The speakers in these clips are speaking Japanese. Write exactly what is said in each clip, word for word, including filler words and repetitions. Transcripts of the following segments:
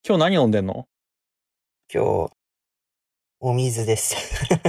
今日何飲んでんの？ 今日、お水です。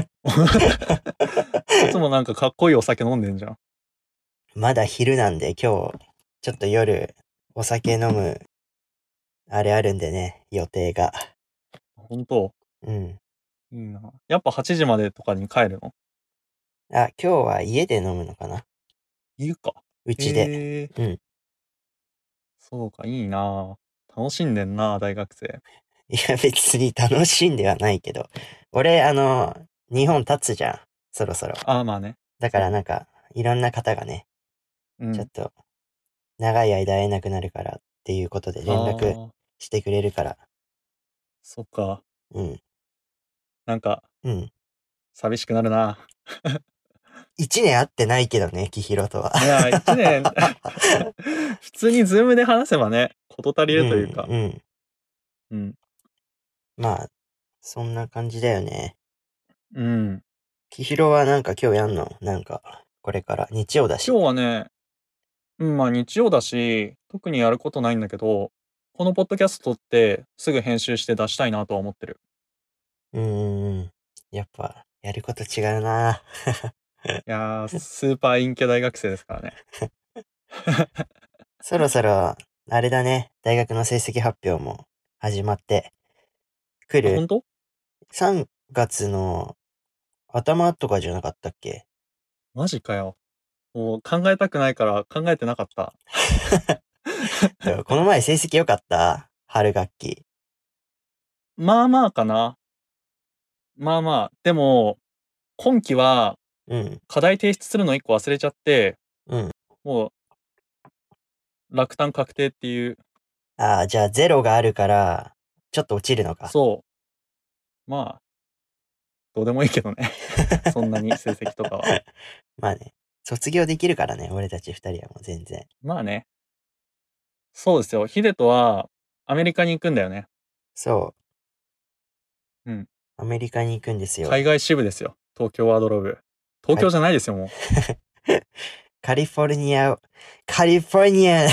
いつもなんかかっこいいお酒飲んでんじゃん。 まだ昼なんで今日、ちょっと夜、お酒飲む、あれあるんでね、予定が。 ほんと？ うん。 いいな。やっぱはちじまでとかに帰るの？ あ、今日は家で飲むのかな？ いるか。 うちで。 へえ、 うん。 そうか、いいな。楽しんでんな、大学生。 いや、別に楽しんではないけど。俺、あの、日本立つじゃん。そろそろ。 ああ、まあね。 だからなんか、いろんな方がね、 うん。 ちょっと、長い間会えなくなるからっていうことであ連絡あ、 してくれるから。 そっか。 うん。 なんか、 うん。 寂しくなるな。 一年会ってないけどね、キヒロとは。 いや、一年、普通にズームで話せばね、事足りるというか。 うん、うん。 うん。 まあ、そんな感じだよね。 うん。 キヒロはなんか今日やんの？なんか、これから日曜だし。 今日はね、うん、まあ日曜だし、特にやることないんだけど、このポッドキャスト撮ってすぐ編集して出したいなとは思ってる。 うーん。やっぱ、やること違うな。 いやー、スーパー陰キャ大学生ですからね。 そろそろ、あれだね。大学の成績発表も始まってくあ、 る？ 本当？ さん 月の頭とかじゃなかったっけ？ マジかよ。もう考えたくないから考えてなかった。 この前成績良かった？春学期。 まあまあかな。まあまあ。でも、今期はうん。 課題提出するのいっこ忘れちゃって、 うん。 もう落胆確定っていう。 ああ、じゃあゼロがあるから、ちょっと落ちるのか。 そう。まあ、どうでもいいけどね。そんなに成績とかは。 まあね、卒業できるからね、俺たち二人はもう全然。 まあね。そうですよ。ヒデトはアメリカに行くんだよね。 そう、 うん。 アメリカに行くんですよ。 海外支部ですよ。東京ワードローブ。東カリ、 京じゃないですよ、もカリフォルニア、カリフォルニア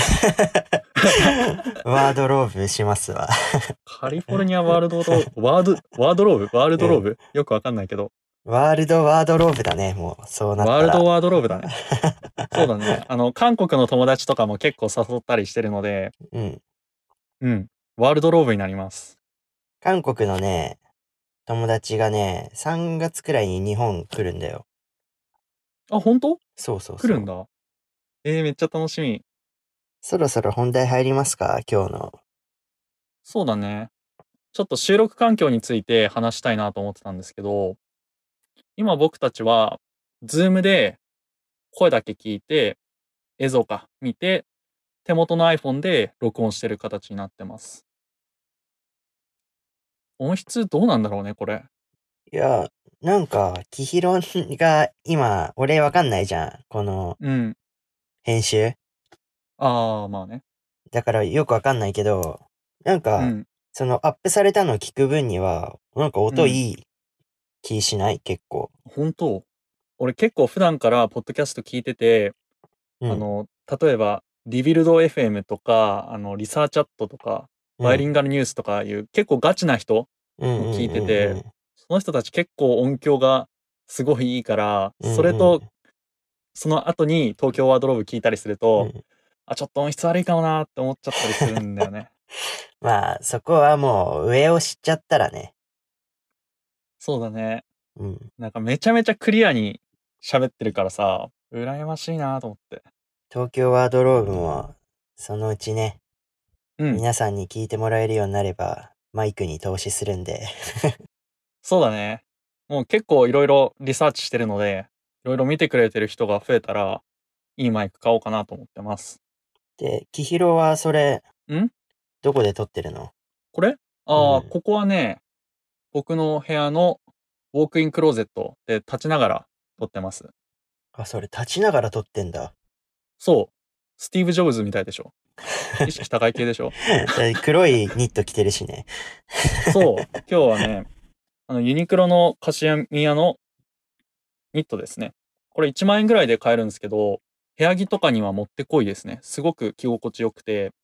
ワードローブしますわ。 う。カリフォルニアワールドローブ、ワード、ワードローブワールドローうん。 ブよくわかんないけど。 ワールドワードローブだね、もう、そうなったら。 ワールドワードローブだね。そうだね。あの、韓国の友達とかも結構誘ったりしてるので、 うん。 うん。ワールドローブになります。 韓国のね、友達がね、さんがつくらいに日本来るんだよ。 あ、本当？ そうそうそう。 来るんだ。えー、めっちゃ楽しみ。 そろそろ本題入りますか？今日の。 そうだね。ちょっと収録環境について話したいなと思ってたんですけど、今僕たちは、ズームで声だけ聞いて、映像か見て、手元の iPhone で録音してる形になってます。音質どうなんだろうね、これ。 いや、なんか、キヒロが今、俺わかんないじゃん。この、 うん。 編集。 ああ、まあね。 だからよくわかんないけど、なんか、 うん。 そのアップされたのを聞く分には、なんかうん。 音いい気しない？結構。 本当？俺結構普段からポッドキャスト聞いてて、 うん、 あの、例えば、リビルド エフエム とか、あの、リサーチャットとか、 うん、 バイリンガルニュースとかいう結構ガチな人うん、うん、 の聞いてて、 うん、 その人たち結構音響がすごいいいから、 うん、うん、 それと、その後に東京ワードローブ聞いたりすると、 うん。 あ、ちょっと音質悪いかもなーって思っちゃったりするんだよね。 まあ、そこはもう、上を知っちゃったらね。 そうだね。 うん。 なんかめちゃめちゃクリアに喋ってるからさ、羨ましいなと思って。 東京ワードローブも、そのうちね、 うん。 皆さんに聞いてもらえるようになれば、マイクに投資するんで。 そうだね。もう結構いろいろリサーチしてるので、いろいろ見てくれてる人が増えたら、いいマイク買おうかなと思ってます。 で、キヒロはそれ、 んどこで撮ってるの？ これああ、 うん。 ここはね、僕の部屋のウォークインクローゼットで立ちながら撮ってます。 あ、それ立ちながら撮ってんだ。 そう。スティーブ・ジョブズみたいでしょ。意識高い系でしょ。 で黒いニット着てるしね。 そう。今日はね、あのユニクロのカシミヤのニットですね。これいちまん円ぐらいで買えるんですけど、部屋着とかにはもってこいですね。すごく着心地よくて、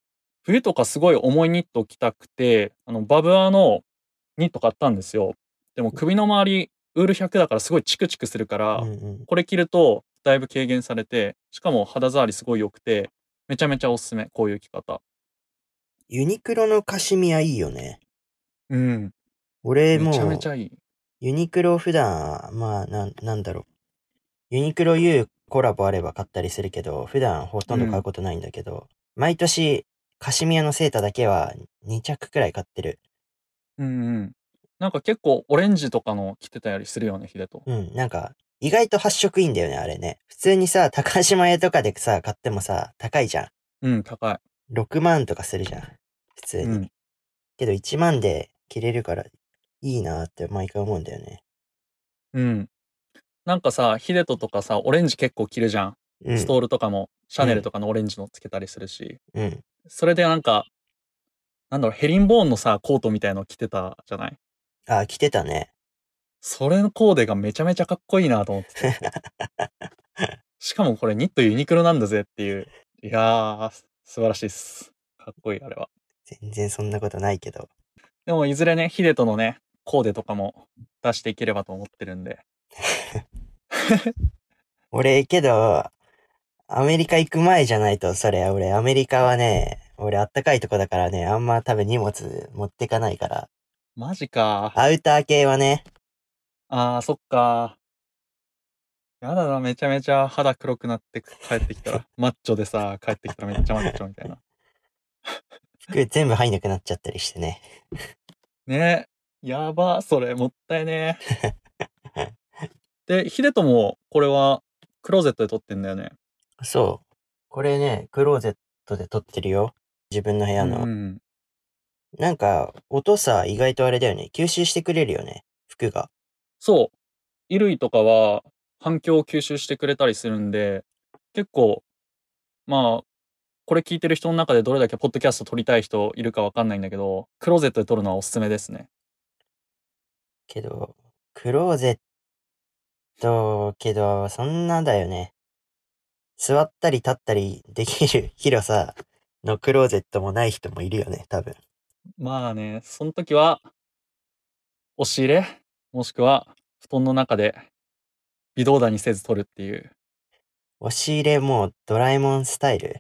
冬とかすごい重いニット着たくて、あの、バブアーのニット買ったんですよ。でも首の周り、ウールひゃくだからすごいチクチクするかうんら、 うん。 これ着るとだいぶ軽減されて、しかも肌触りすごい良くて、めちゃめちゃおすすめ、こういう着方。 ユニクロのカシミヤいいよね。 うん。 俺めちゃめちもゃいい。 う、ユニクロ普段、まあ、なん、なんだろう。ユニクロ U コラボあれば買ったりするけど、普段ほとんど買ううん。 ことないんだけど、毎年、カシミヤのセーターだけはに着くらい買ってる。 うんうん。なんか結構オレンジとかの着てたりするよね、ヒデと。 うん、なんか、意外と発色いいんだよね、あれね。普通にさ、高島屋とかでさ、買ってもさ、高いじゃん。 うん、高い。 ろくまんとかするじゃん。普通に。 うん。 けどいちまんで着れるから、いいなって毎回思うんだよね。 うん。なんかさ、ヒデトとかさ、オレンジ結構着るじゃん。 うん、 ストールとかも、シャネルうん、 とかのオレンジのつけたりするし。 うん。 それでなんか、なんだろう、ヘリンボーンのさ、コートみたいの着てたじゃない。 あ、着てたね。 それのコーデがめちゃめちゃかっこいいなと思ってて。しかもこれニットユニクロなんだぜっていう。いやー、素晴らしいっす。かっこいい、あれは。 全然そんなことないけど。 でもいずれね、ヒデトのね、コーデとかも出していければと思ってるんで。 俺、けど、アメリカ行く前じゃないと、それ、俺、アメリカはね、俺あったかいとこだからね、あんま多分荷物持ってかないから。 マジか。 アウター系はね、 あー、そっか。やだな、めちゃめちゃ肌黒くなって帰ってきたら。マッチョでさ、帰ってきたらめっちゃマッチョみたいな。 服全部入んなくなっちゃったりしてね。 ね。やば、それ、もったいね。で、ヒデトも、これは、クローゼットで撮ってんだよね。 そう。これね、クローゼットで撮ってるよ。自分の部う屋の。 ん。 なんか、音さ、意外とあれだよね。吸収してくれるよね。服が。 そう。衣類とかは、反響を吸収してくれたりするんで、結構、まあ、これ聞いてる人の中でどれだけポッドキャスト撮りたい人いるかわかんないんだけど、クローゼットで撮るのはおすすめですね。 けど、クローゼット、けど、そんなだよね。座ったり立ったりできる広さのクローゼットもない人もいるよね、多分。 まあね、その時は、押し入れ、もしくは、布団の中で微動だにせず撮るっていう。 押し入れもうドラえもんスタイル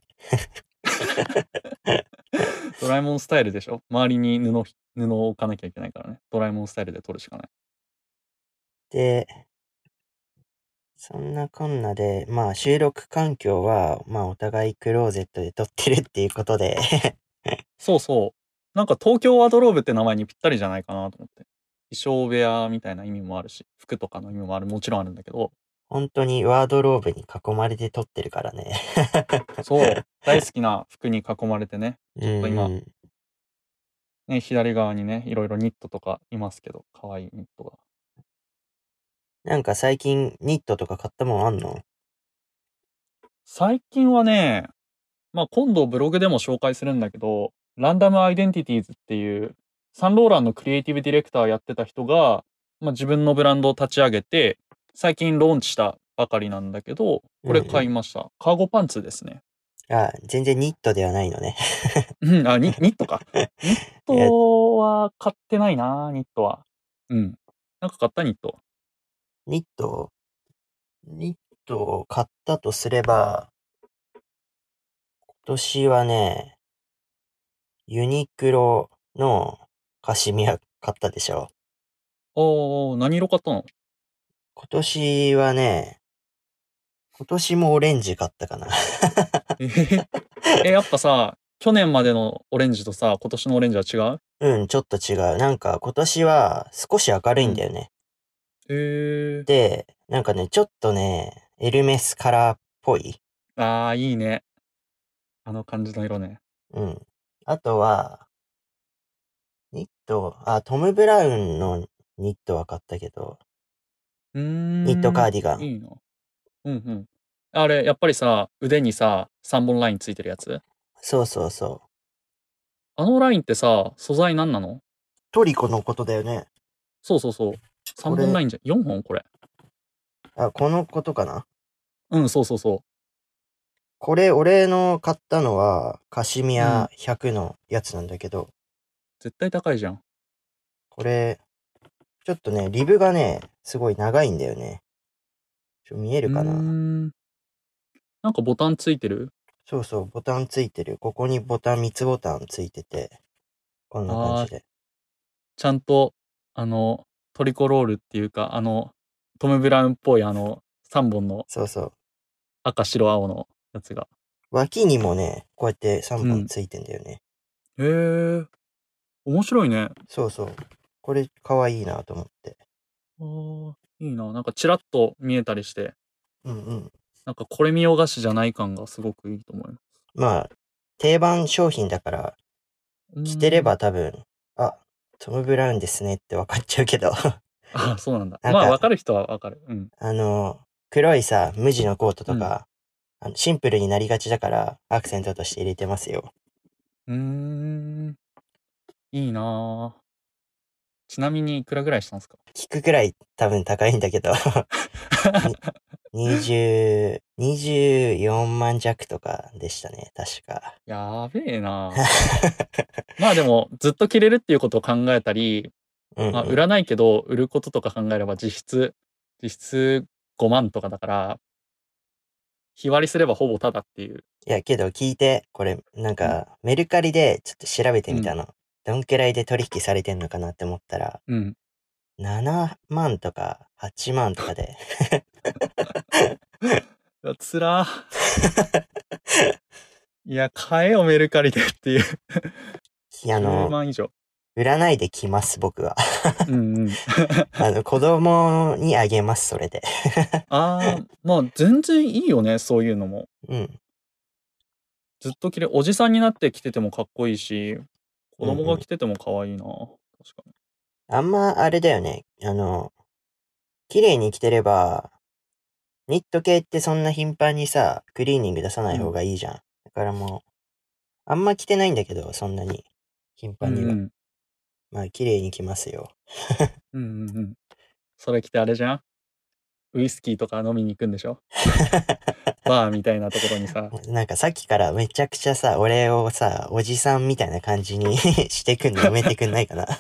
ドラえもんスタイルでしょ。周りに布、布を置かなきゃいけないからね。ドラえもんスタイルで撮るしかない。 で、そんなこんなで、まあ収録環境は、まあお互いクローゼットで撮ってるっていうことでそうそう。なんか東京ワードローブって名前にぴったりじゃないかなと思って。衣装部屋みたいな意味もあるし、服とかの意味もある、もちろんあるんだけど、 本当にワードローブに囲まれて撮ってるからねそう、大好きな服に囲まれてね、 うんちょっと今、 うん。 ね、左側にね、いろいろニットとかいますけど、可愛いニットが。 なんか最近ニットとか買ったもんあんの？ 最近はね、まあ今度ブログでも紹介するんだけど、ランダムアイデンティティーズっていう、サンローランのクリエイティブディレクターやってた人が、まあ自分のブランドを立ち上げて、最近ローンチしたばかりなんだけど、これうんうん。 買いました。カーゴパンツですね。 あ、全然ニットではないのねうん、あ、ニ、ニットか。ニッいや、 トは買ってないな、ニットは。うん。なんか買ったニット。 ニットニットを買ったとすれば、今年はね、ユニクロのカシミヤ買ったでしょ。 おー、何色買ったの？ 今年はね、今年もオレンジ買ったかな。 えへへえ、やっぱさ、去年までのオレンジとさ、今年のオレンジは違う？ うん、ちょっと違う。なんか今年は少し明るいうん。 んだよね。 へえ。 で、なんかね、ちょっとね、エルメスカラーっぽい。 あー、いいね。あの感じの色ね。 うん。あとは、ニット、あ、トム・ブラウンのニットは買ったけど、 うーニットカん。 ーディガン。 いいな。うんうん。あれ、やっぱりさ、腕にさ、さんぼんラインついてるやつ？ そうそうそう。 あのラインってさ、素材なんなの？ トリコのことだよね。 そうそうそう。3本ラこれ、 インじゃ、よんほんこれ。 あ、このことかな。 うん、そうそうそう。 これ、俺の買ったのは、カシミヤうん。 ひゃくのやつなんだけど、 絶対高いじゃん。 これ、ちょっとね、リブがね、すごい長いんだよね。ちょ見えうーるかな？ ん。なんかボタンついてる？ そうそう、ボタンついてる。ここにボタン、みつボタンついてて、こんな感あー、 じで。 ちゃんと、あの、トリコロールっていうか、あの、トム・ブラウンっぽいあの、さんぼんのそうそう。 赤、白、青のやつが。 脇にもね、こうやって3 うん。 本ついてんだよね。 へえ、面白いね。 そうそう。これ、かわいいなと思って。 あー、いいな。なんかチラッと見えたりして、 うんうん。 なんかこれ見よがしじゃない感がすごくいいと思います。 まあ、定番商品だから、 うー着てれん。 ば多分、あ、トム・ブラウンですねって分かっちゃうけど、 ああ、そうなんだ。まあ、わなんか、 かる人はわかる。うん。 あの、黒いさ、無地のコートうん。 とか、あのシンプルになりがちだから、アクセントとして入れてますよ。 うーん。いいなぁ。ちなみにいくらぐらいしたんですか？ 聞くくらい多分高いんだけど、ににじゅう、にじゅうよんまん弱とかでしたね、確か。 やべえなぁ。まあでも、ずっと着れるっていうことを考えたり、まあ、売うんうん。 らないけど、売ることとか考えれば実質、実質ごまんとかだから、日割りすればほぼタダっていう。 いや、けど聞いて、これ、なんうん。 か、メルカリでちょっと調べてうん。 みたの。どんくらいで取引されてんのかなって思ったら、 うん。 ななまんとかはちまんとかで。 うわつらー。いや、買えよ、メルカリでっていう。10 いやあの、 万以上。 売らないで来ます、僕は。 うんうん。 あの、子供にあげます、それで。 ああ、まあ全然いいよね、そういうのも。 うん。 ずっと着れおじさんになって着ててもかっこいいし、子供がうんうん。 着てても可愛いな。確かに。 あんま、あれだよね。あの、綺麗に着てれば、ニット系ってそんな頻繁にさ、クリーニング出さない方うん。 がいいじゃん。だからもう、あんま着てないんだけど、そんなに。頻繁には。 うんうん。 まあ、綺麗に着ますよ。 うんうんうん。それ着てあれじゃん？ウイスキーとか飲みに行くんでしょ？バーみたいなところにさ。 なんかさっきからめちゃくちゃさ、俺をさ、おじさんみたいな感じにしてくんのやめてくんないかな。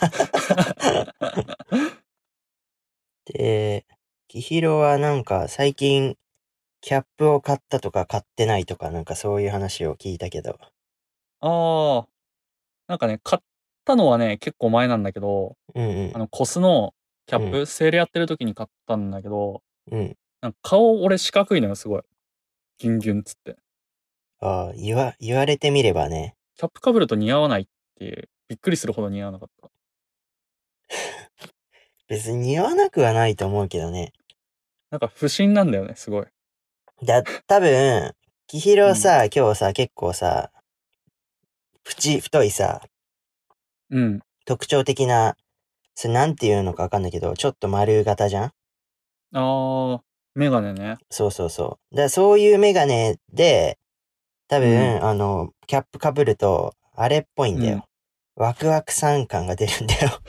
で、きひろはなんか最近、キャップを買ったとか買ってないとかなんかそういう話を聞いたけど。 ああ、なんかね、買ったのはね、結構前なんだけど、 うんうん。 あの、コスのキャッうん。 プ、セールやってる時に買ったんだけど、 うん。 なんか顔俺四角いのよ、すごい。ギュンギュンっつって。 ああ、言わ、言われてみればね。 キャップ被ると似合わないっていう、びっくりするほど似合わなかった。 別に似合わなくはないと思うけどね。 なんか不審なんだよね、すごい。 だ、多分、きひうん。 ろさ、今日さ、結構さ、縁太いさ、 うん。 特徴的な、それなんていうのかわかんないけど、ちょっと丸型じゃん？ ああ、メガネね。 そうそうそう。だからそういうメガネで、多うん。 分、あの、キャップ被ると、あれっぽいんうん。 だよ。ワクワクさん感が出るんだよ。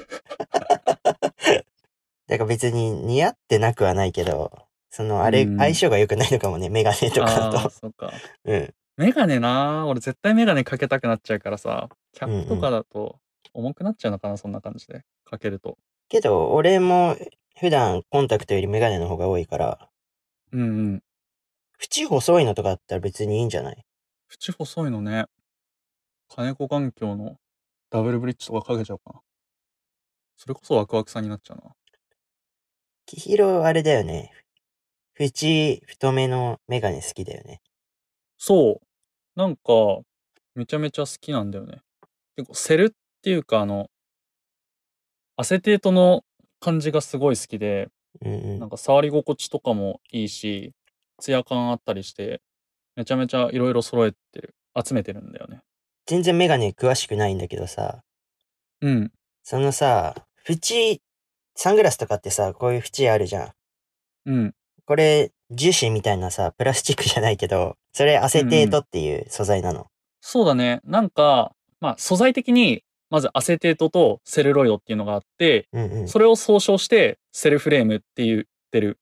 だから別に似合ってなくはないけど、その、あれ、 うん。 相性が良くないのかもね、メガネとかだああ、 と。 そっか。 うん。 メガネな、俺絶対メガネかけたくなっちゃうからさ、キャップとかうんうん。 だと重くなっちゃうのかな、そんな感じで。かけると。 けど、俺も普段コンタクトよりメガネの方が多いから、 うんうん。 縁細いのとかだったら別にいいんじゃない？ 縁細いのね。金子環境のダブルブリッジとかかけちゃおうかな。それこそワクワクさんになっちゃうな。 きひろ、あれだよね。縁太めのメガネ好きだよね。 そう。なんか、めちゃめちゃ好きなんだよね。結構セルっていうか、あの、アセテートの感じがすごい好きで、 うんうん。 なんか触り心地とかもいいし、ツヤ感あったりして、めちゃめちゃいろいろ揃えてる、集めてるんだよね。 全然メガネ詳しくないんだけどさ、 うん。 そのさ、縁、サングラスとかってさ、こういう縁あるじゃん。 うん。 これ、樹脂みたいなさ、プラスチックじゃないけど、それアセテーうんうん。 トっていう素材なの。 そうだね。なんか、まあ、素材的に、まずアセテートとセルロイドっていうのがあって、 うんうん。 それを総称してセルフレームって言ってる。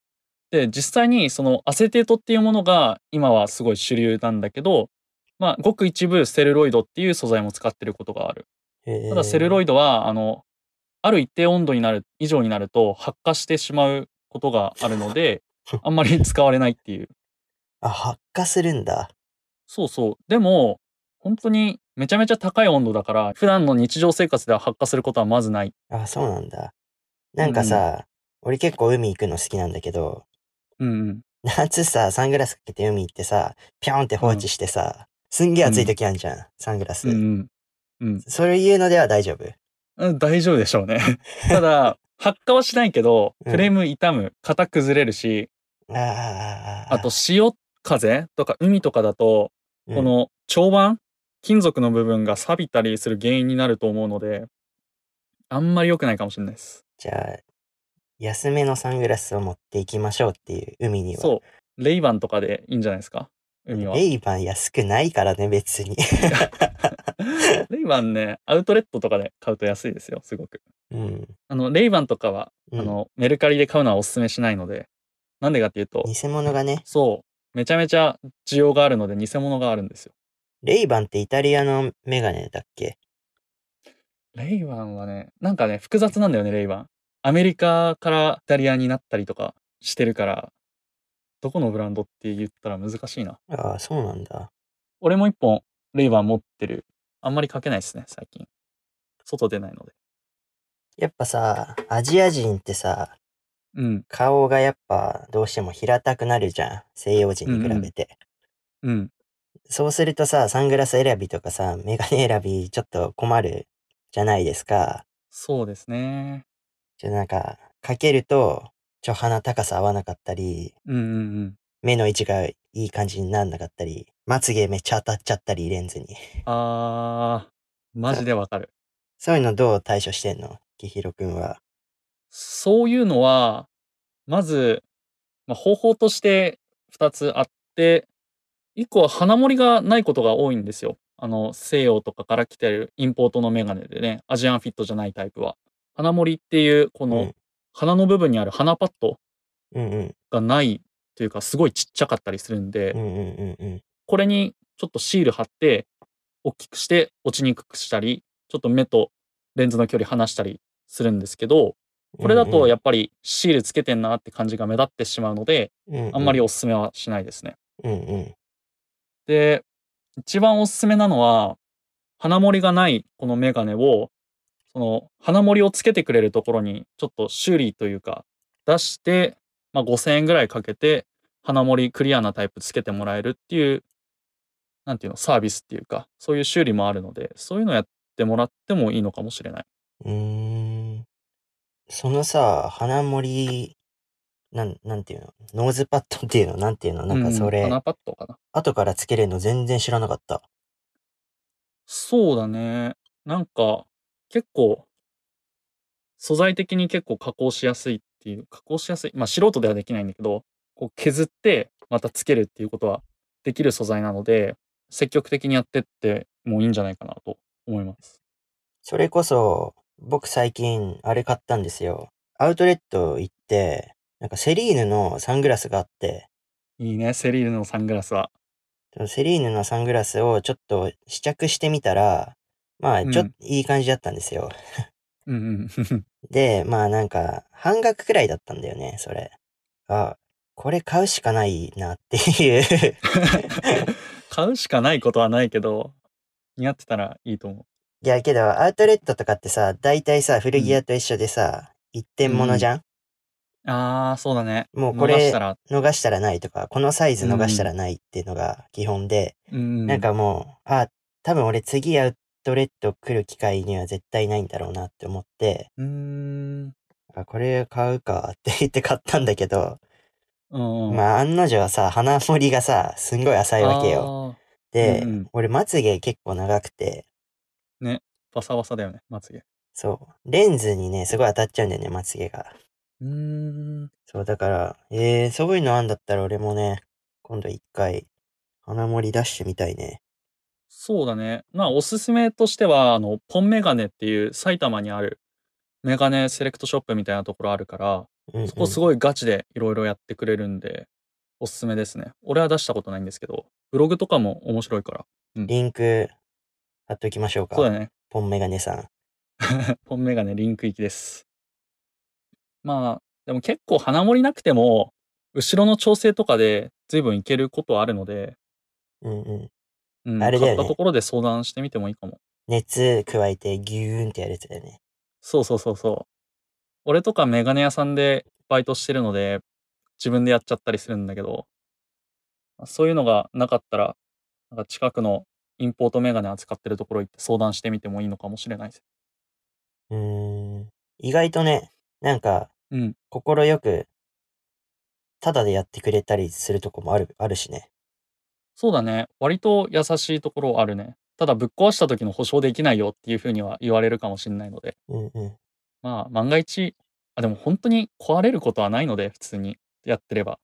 で、実際にそのアセテートっていうものが今はすごい主流なんだけど、まあ、ごく一部セルロイドっていう素材も使ってることがある。ただセルロへえ。 イドは、あの、ある一定温度になる、以上になると発火してしまうことがあるので、あんまり使われないっていう。 あ、発火するんだ。 そうそう。でも、本当にめちゃめちゃ高い温度だから、普段の日常生活では発火することはまずない。 あ、そうなんだ。なんかうんうん。 さ、俺結構海行くの好きなんだけど、 うんうん。 夏さ、サングラスかけて海行ってさ、ぴょんって放置うん。 してさ、すんげえ暑いうん。 時あんじゃん、サングラス。 うんうん。うん。 そういうのでは大丈夫？ うん、大丈夫でしょうね。ただ、発火はしないけど、 うん。 フレーム傷む、型崩れるし、 ああ、ああ、 あとああ、 潮風とか海とかだと、 うん。 この長板、金属の部分が錆びたりする原因になると思うので、あんまり良くないかもしれないです。 じゃあ、安めのサングラスを持っていきましょうっていう、海には。 そう。レイバンとかでいいんじゃないですか、海は。 レイバン安くないからね、別に。 いやレイバンね、アウトレットとかで買うと安いですよ、すごく。 うん、 あの、レイバンとかは、 うん。 あの、メルカリで買うのはお勧めしないので、なんでかっていうと、 偽物がね、 そう、めちゃめちゃ需要があるので偽物があるんですよ。 レイバンってイタリアのメガネだっけ？ レイバンはね、なんかね、複雑なんだよね、レイバン。アメリカからイタリアになったりとかしてるから、どこのブランドって言ったら難しいな。 ああ、そうなんだ。 俺も一本レイバン持ってる。あんまりかけないですね、最近。外出ないので。 やっぱさ、アジア人ってさ、 うん。 顔がやっぱどうしても平たくなるじゃん。西洋人に比うんうん。 べて。 うん。 そうするとさ、サングラス選びとかさ、メガネ選びちょっと困るじゃないですか。 そうですね。 じゃなんか、かけると、ちょ鼻高さ合わなかったり、 うんうんうん。 目の位置がいい感じになんなかったり、まつげめっちゃ当たっちゃったり、レンズに。 あー、マそ、 ジでわかる。 そういうのどう対処してんのきひろくんは？ そういうのは、まず、まあ、方法としてふたつあって、いっこは鼻盛りがないことが多いんですよ。あの、西洋とかから来てるインポートのメガネでね、アジアンフィットじゃないタイプは。鼻盛りっていう、このうん、 鼻の部分にある鼻パッドうんうん、 がないというか、すごいちっちゃかったりするんで、 うんうんうんうん、 これにちょっとシール貼って、大きくして落ちにくくしたり、ちょっと目とレンズの距離離したりするんですけど、これだとうんうん、 やっぱりシールつけてんなって感じが目立ってしまうので、あんまりうんうん、 おすすめはしないですね。 うんうん、 で、一番おすすめなのは、鼻盛りがないこのメガネを、その鼻盛りをつけてくれるところにちょっと修理というか出して、まあ、ごせんえんぐらいかけて鼻盛りクリアなタイプつけてもらえるっていう、なんていうの、サービスっていうか、そういう修理もあるので、そういうのやってもらってもいいのかもしれない。 うーん。そのさ、鼻盛り、なん、なんていうのノーズパッドっていうのなんていうのなんかうんうん、 それ、 鼻パッドかな。 後からつけれるの全然知らなかった。 そうだね。なんか、結構、素材的に結構加工しやすいっていう、加工しやすい、まあ素人ではできないんだけど、こう削ってまたつけるっていうことはできる素材なので、積極的にやってってもいいんじゃないかなと思います。 それこそ、僕最近、あれ買ったんですよ。アウトレット行って、なんかセリーヌのサングラスがあって、 いいね、セリーヌのサングラスは。 そのセリーヌのサングラスをちょっと試着してみたら、まあ、ちょっとうん。 いい感じだったんですよ。 うんうん。 で、まあなんか、半額くらいだったんだよね、それ。あ、これ買うしかないなっていう買うしかないことはないけど、似合ってたらいいと思いや、けど、アウトレットとかってさ、大体さ、 う。 古着うん。 屋と一緒でさ、一うんうん。 点物じゃん。 ああ、そうだね。 もうこれ、 逃したら、 逃したらないとか、このサイズ逃したうん。 らないっていうのが基本で、 うんなんうん。 かもう、あ、多分俺次アウトレット来る機会には絶対ないんだろうなって思って、 うーん。 あ、これ買うかって言って買ったんだけど、 うんうん。 まあ案の定さ、鼻盛りがさ、すんごい浅いわけよ。 ああ。うんうで、 ん。 俺まつげ結構長くて、 ね。バサバサだよね、まつげ。 そう、レンズにね、すごい当たっちゃうんだよね、まつげが。 うーん。 そう、だから、えー、そういうのあんだったら俺もね、今度一回、鼻盛り出してみたいね。 そうだね。まあ、おすすめとしては、あの、ポンメガネっていう埼玉にあるメガネセレクトショップみたいなところあるから、 うんうん。 そこすごいガチでいろいろやってくれるんで、おすすめですね。俺は出したことないんですけど、ブログとかも面白いから。うん。 リンク貼っときましょうか。 そうだね。 ポンメガネさん。 ポンメガネリンク行きです。まあ、でも結構鼻盛りなくても、後ろの調整とかで随分いけることはあるので、 うんうん。 うん、買ったとあれだよね。 ころで相談してみてもいいかも。 熱加えてギューンってやるやつだよね。 そうそうそうそう。俺とかメガネ屋さんでバイトしてるので、自分でやっちゃったりするんだけど、そういうのがなかったら、なんか近くのインポートメガネ扱ってるところ行って相談してみてもいいのかもしれないです。 うーん。意外とね、なんか、 うん。 心よく、タダでやってくれたりするとこもある、あるしね。 そうだね。割と優しいところあるね。ただぶっ壊した時の保証できないよっていうふうには言われるかもしれないので、 うんうん。 まあ万が一、あ、でも本当に壊れることはないので、普通にやってれば。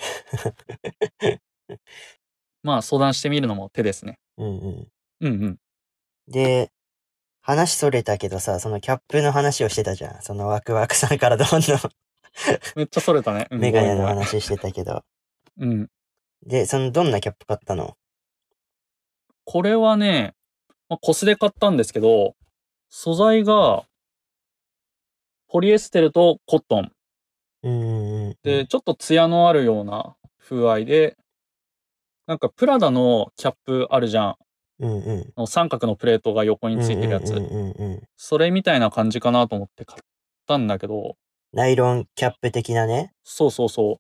まあ相談してみるのも手ですね。 うんうん。 うんうん。 で、話それたけどさ、そのキャップの話をしてたじゃん。そのワクワクさんからどんどんめっちゃそれたね。うん、 メガネのごめんごめん。 話してたけど。 うん。 で、そのどんなキャップ買ったの？ これはね、まあ、コスで買ったんですけど、素材がポリエステルとコットン。 うんうんうで、 ん。 ちょっとツヤのあるような風合いで、なんかプラダのキャップあるじゃん。 うんうん。 あの三角のプレートが横にうんうんついてるやつ。 うんうんうん。 それみたいな感じかなと思って買ったんだけど、 ナイロンキャップ的なね。 そうそうそう。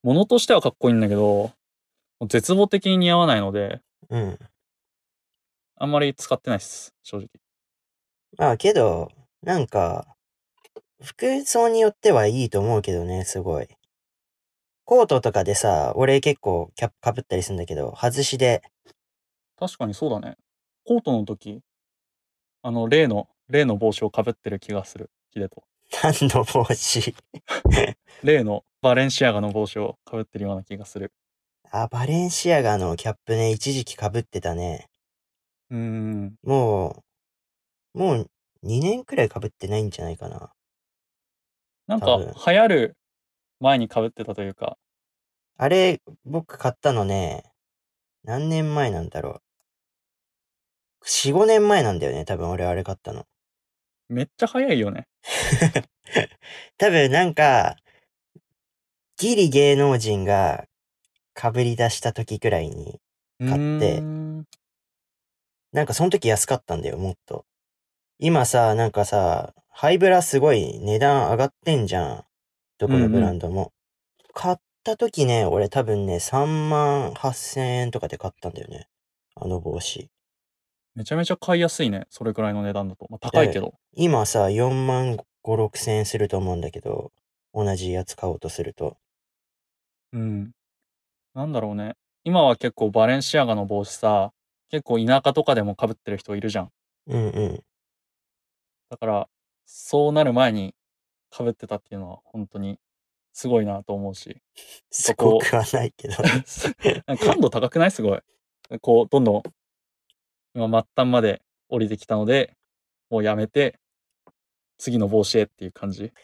物としてはかっこいいんだけど、絶望的に似合わないので、 うん。 あんまり使ってないっす、正直。 まあけど、なんか、服装によってはいいと思うけどね、すごい。コートとかでさ、俺結構キャップ被ったりするんだけど、外しで、 確かにそうだね。コートの時、あの、例の、例の帽子をかぶってる気がする、ヒデと。 何の帽子？ 例のバレンシアガの帽子をかぶってるような気がする。 あ、バレンシアガのキャップね、一時期被ってたね。 うーん。 もう、もうにねんくらい被ってないんじゃないかな。 なんか、 多分。 流行る前にかぶってたというか、 あれ、僕買ったのね、何年前なんだろう。よん、ごねんまえなんだよね、多分俺あれ買ったの。 めっちゃ早いよね。 多分なんか、ギリ芸能人が被り出した時くらいにうー買って、 ん。 なんかその時安かったんだよ、もっと。今さ、なんかさ、ハイブラすごい値段上がってんじゃん。どこのブうんうん。 ランドも。買った時ね、俺多分ね、さんまんはっせんえんとかで買ったんだよね。あの帽子。 めちゃめちゃ買いやすいね。それくらいの値段だと。まあ、高いけで、 ど。 今さ、よんまんご、ろくせん円すると思うんだけど、同じやつ買おうとすると。 うん。なんだろうね。今は結構バレンシアガの帽子さ、結構田舎とかでも被ってる人いるじゃん。 うんうん。 だから、そうなる前に被ってたっていうのは本当にすごいなと思うし。やっぱこすごくはないけどね。 う、感度高くないすごい。こう、どんどん、今末端まで降りてきたので、もうやめて、次の帽子へっていう感じ。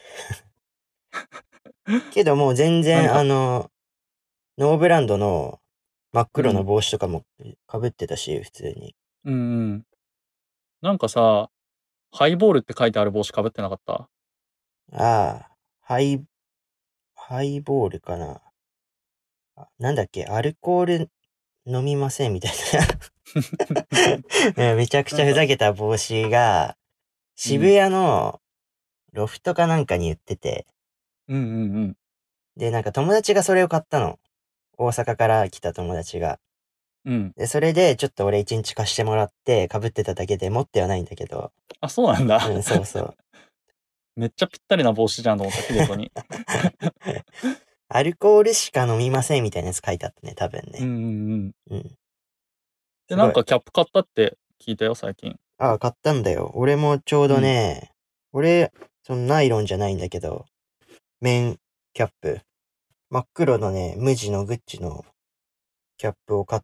けどもう全然何か、 あの、ノーブランドの真っ黒のうん。 帽子とかも被ってたし、普通に。 うんうん。なんかさ、ハイボールって書いてある帽子被ってなかった？ ああ、ハイ、ハイボールかな。あなんだっけ、アルコール飲みませんみたいな。めちゃくちゃふなんか、 ざけた帽子が、 うん。 渋谷のロフトかなんかに売ってて、 うんうんうん。 で、なんか友達がそれを買ったの。大阪から来た友達が。 うん。 で、それでちょっと俺一日貸してもらって被ってただけで持ってはないんだけど。 あ、そうなんだ。 うん、そうそう。 めっちゃぴったりな帽子じゃんと思った、ヒデトに。 アルコールしか飲みませんみたいなやつ書いてあったね、多分ね。 うんうんうん。 うん。 で、 すごい。 なんかキャップ買ったって聞いたよ、最近。 ああ、買ったんだよ。俺もちょうどうん。 ね、俺、そのナイロンじゃないんだけど、綿キャップ。真っ黒のね、無地のグッチのキャップを買って、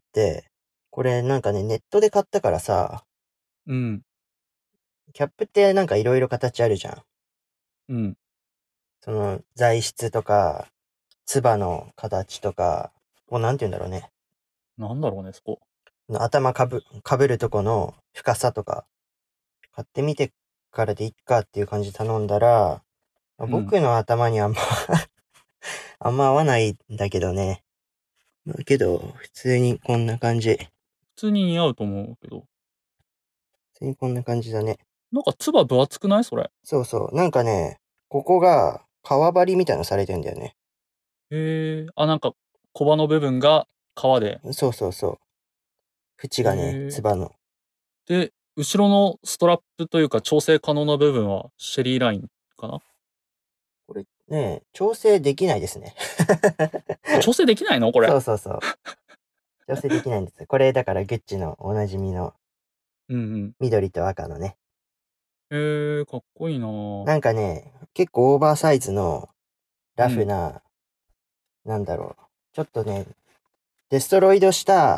これなんかね、ネットで買ったからさ、 うん。 キャップってなんかいろいろ形あるじゃん。 うん。 その材質とか、つばの形とか、もうなんて言うんだろうね。 なんだろうね、そこ。 頭かぶ、かぶるとこの深さとか、買ってみてからでいっかっていう感じで頼んだら、 うん。 僕の頭にあんまあんま合わないんだけどね。だけど、普通にこんな感じ。普普通に似合うと思うけど。 通にこんな感じだね。 なんか、つば分厚くないそれ。 そうそう。なんかね、ここが革張りみたいなのされてんだよね。 へえ。あ、なんか、コバの部分が革で。 そうそうそう。縁へがね、 え。 つばの。 で、後ろのストラップというか調整可能な部分はシェリーラインかな。 これね、調整できないですね。 あ、調整できないのこれ。 そうそうそう。調整できないんです。これだからグッチのおなじみのうんうん。 緑と赤のね。 へえ、かっこいいなぁ。 なんかね、結構オーバーサイズのラフうん。 な、なんだろう。ちょっとね、デストロイドした、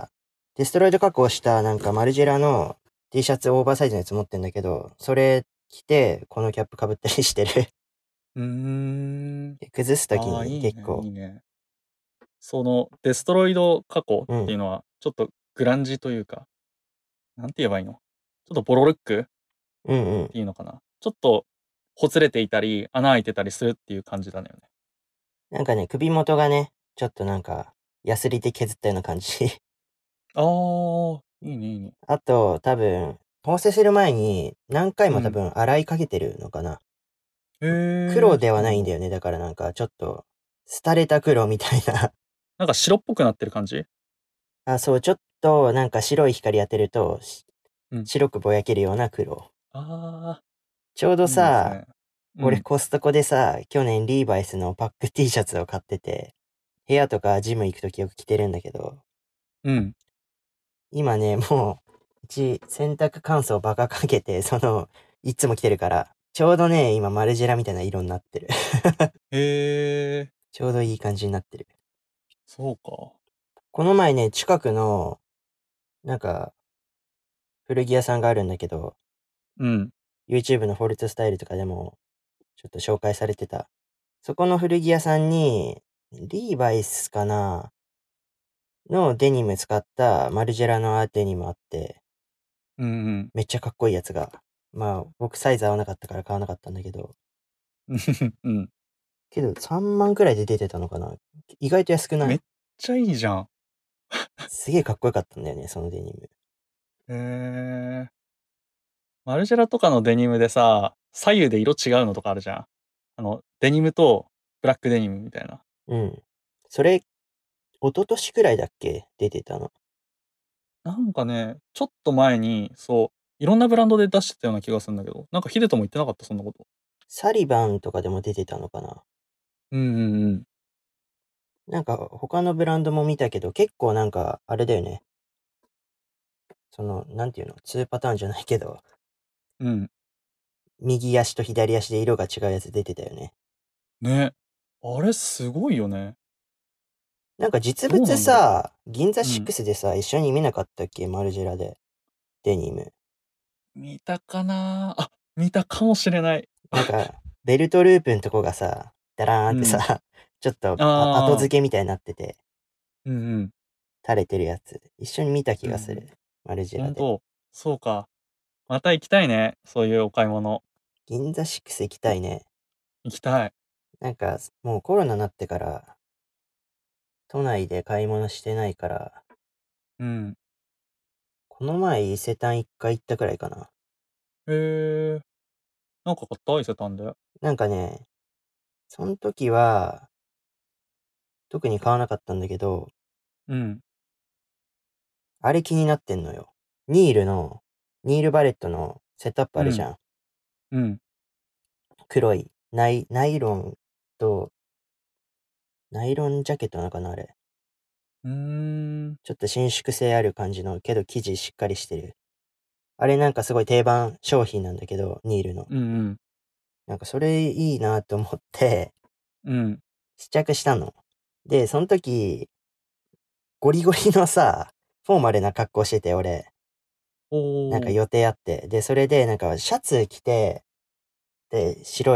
デストロイド加工したなんかマルジェラの T シャツオーバーサイズのやつ持ってんだけど、それ着て、このキャップ被ったりしてる。 うーん。 崩すときああ、 にいいね、い結構、 いね。その、デストロイド加工うん、 っていうのは、ちょっとグランジというか、なんて言えばいいの、ちょっとボロルックっうんうん。 ていうのかな。ちょっと、ほつれていたり、穴開いてたりするっていう感じだよね。 なんかね、首元がね、ちょっとなんか、ヤスリで削ったような感じ。 ああ、いいね、いいね。 あと、多分、縫製する前に何回うん。 も多分洗いかけてるのかな。 へえ、 黒ではそうなんだ。 ないんだよね。だからなんかちょっと、廃れた黒みたいな。 なんか白っぽくなってる感じ。 あ、そう、ちょっとなんか白い光当てると、しうん。 白くぼやけるような黒。 ああ、 ちょうどさ、 いいですね。う俺ん。 コストコでさ、去年リーバイスのパック T シャツを買ってて、部屋とかジム行くときよく着てるんだけど、 うん。 今ね、もう、うち洗濯乾燥バカかけて、その、いつも着てるから、ちょうどね、今マルジェラみたいな色になってる。 へえ、 ちょうどいい感じになってる。 そうか。 この前ね、近くの、なんか、古着屋さんがあるんだけど、 うん。 YouTube のフォルツスタイルとかでも、ちょっと紹介されてた。そこの古着屋さんに、リーバイスかなのデニム使ったマルジェラのデニムあって、 うんうん。 めっちゃかっこいいやつが。まあ、僕サイズ合わなかったから買わなかったんだけど、 うん。 けどさんまんくらいで出てたのかな。意外と安くなめっい？ ちゃいいじゃん。 すげえかっこよかったんだよね、そのデニム。 へえ。マルジェラとかのデニムでさ、左右で色違うのとかあるじゃん。あの、デニムとブラックデニムみたいな。 うん。それ、一昨年くらいだっけ出てたの。 なんかね、ちょっと前に、そう、いろんなブランドで出してたような気がするんだけど、なんかヒデトも言ってなかった、そんなこと。 サリバンとかでも出てたのかな。 うんうんうん。 なんか他のブランドも見たけど、結構なんか、あれだよね。その、なんていうの、ツーパターンじゃないけど、 うん。 右足と左足で色が違うやつ出てたよね。 ね。あれすごいよね。 なんか実物どうなんだろさ、銀座う。うん。 シックスでさ、一緒に見なかったっけマルジェラで。デニム。 見たかなあ、見たかもしれない。 なんか、ベルトループのとこがさ、ダラーンってさ、 うん。 ちょっとあ後ああ、 付けみたいになってて、 うんうん。 垂れてるやつ。一緒に見た気うんうん。 がする。マルジェラで。 ほんと、そうか。また行きたいね。そういうお買い物。 銀座シックス行きたいね。 行きたい。 なんか、もうコロナになってから、都内で買い物してないから、 うん。 この前伊勢丹一回行ったくらいかな。 へえ。なんか買った伊勢丹で。 なんかね、その時は、特に買わなかったんだけど、 うん。 あれ気になってんのよ。ニールの、ニールバレットのセットアップうん。 あるじゃん。 うん。 黒い。ナイ、ナイロンと、ナイロンジャケットなのかなあれ。 うーん。 ちょっと伸縮性ある感じの、けど生地しっかりしてる。あれなんかすごい定番商品なんだけど、ニールの。 うんうん。 なんかそれいいなと思って、 うん。 試着したの。で、その時、ゴリゴリのさ、フォーマルな格好してて、俺。なんかおお。 予定あって。で、それで、なんかシャツ着て、で、白い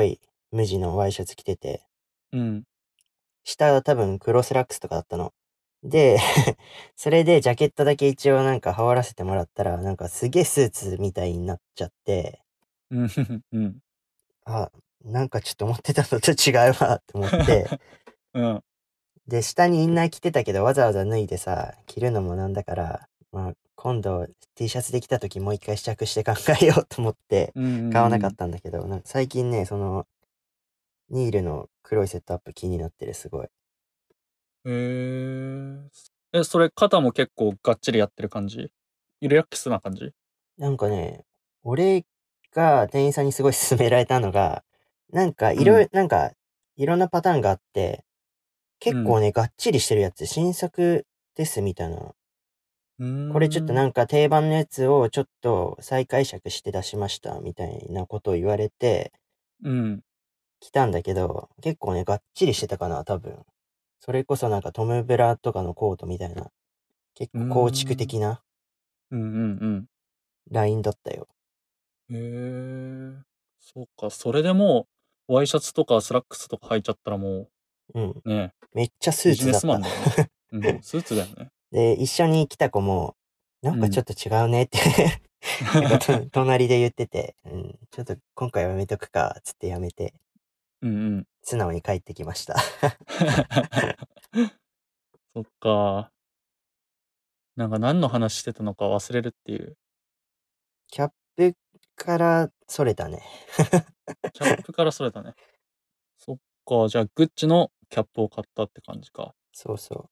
無地のワイシャツ着てて、 うん。 下は多分クロスラックスとかだったの。で、それでジャケットだけ一応なんか羽織らせてもらったら、なんかすげえスーツみたいになっちゃって、 うん。うん。 あ、なんかちょっと思ってたのと違うわって思って、 うん。 で、下にインナー着てたけど、わざわざ脱いでさ、着るのもなんだから、まあ、今度 T シャツできた時もう一回試着して考えようと思ってうん。うん。 買わなかったんだけど、なんか最近ね、その、ニールの黒いセットアップ気になってる、すごい。 へえ。え、それ肩も結構がっちりやってる感じ？リラックスな感じ？ なんかね、俺が店員さんにすごい勧められたのが、なんかいろいうん。 ろ、なんか、いろんなパターンがあって、 うん。 結構ね、がっちりしてるやつ、新作ですみたいな。 うーこれちょっとん。 なんか定番のやつをちょっと再解釈して出しましたみたいなことを言われてうん。 来たんだけど、結構ね、がっちりしてたかな、多分。それこそなんかトムブラとかのコートみたいな、結うー構構築ん。 的なうんうんラインだったよ。 うん。へえ。そうか、それでもう、ワイシャツとかスラックスとか履いちゃったらもうん。 う、ね、 めっちゃスビジネーツだった。 スマンだよね。うん、スーツだよね。 で、一緒に来た子も、なんうん。 かちょっと違うねってなんかと隣で言ってて、うん、ちょっと今回はやめとくか、つってやめて、 うんうん。 素直に帰ってきました。 そっか。なんか何の話してたのか忘れるっていう。 キャップからそれたね。 キャップからそれたね。そっか、じゃあグッチのキャップを買ったって感じか。 そうそう。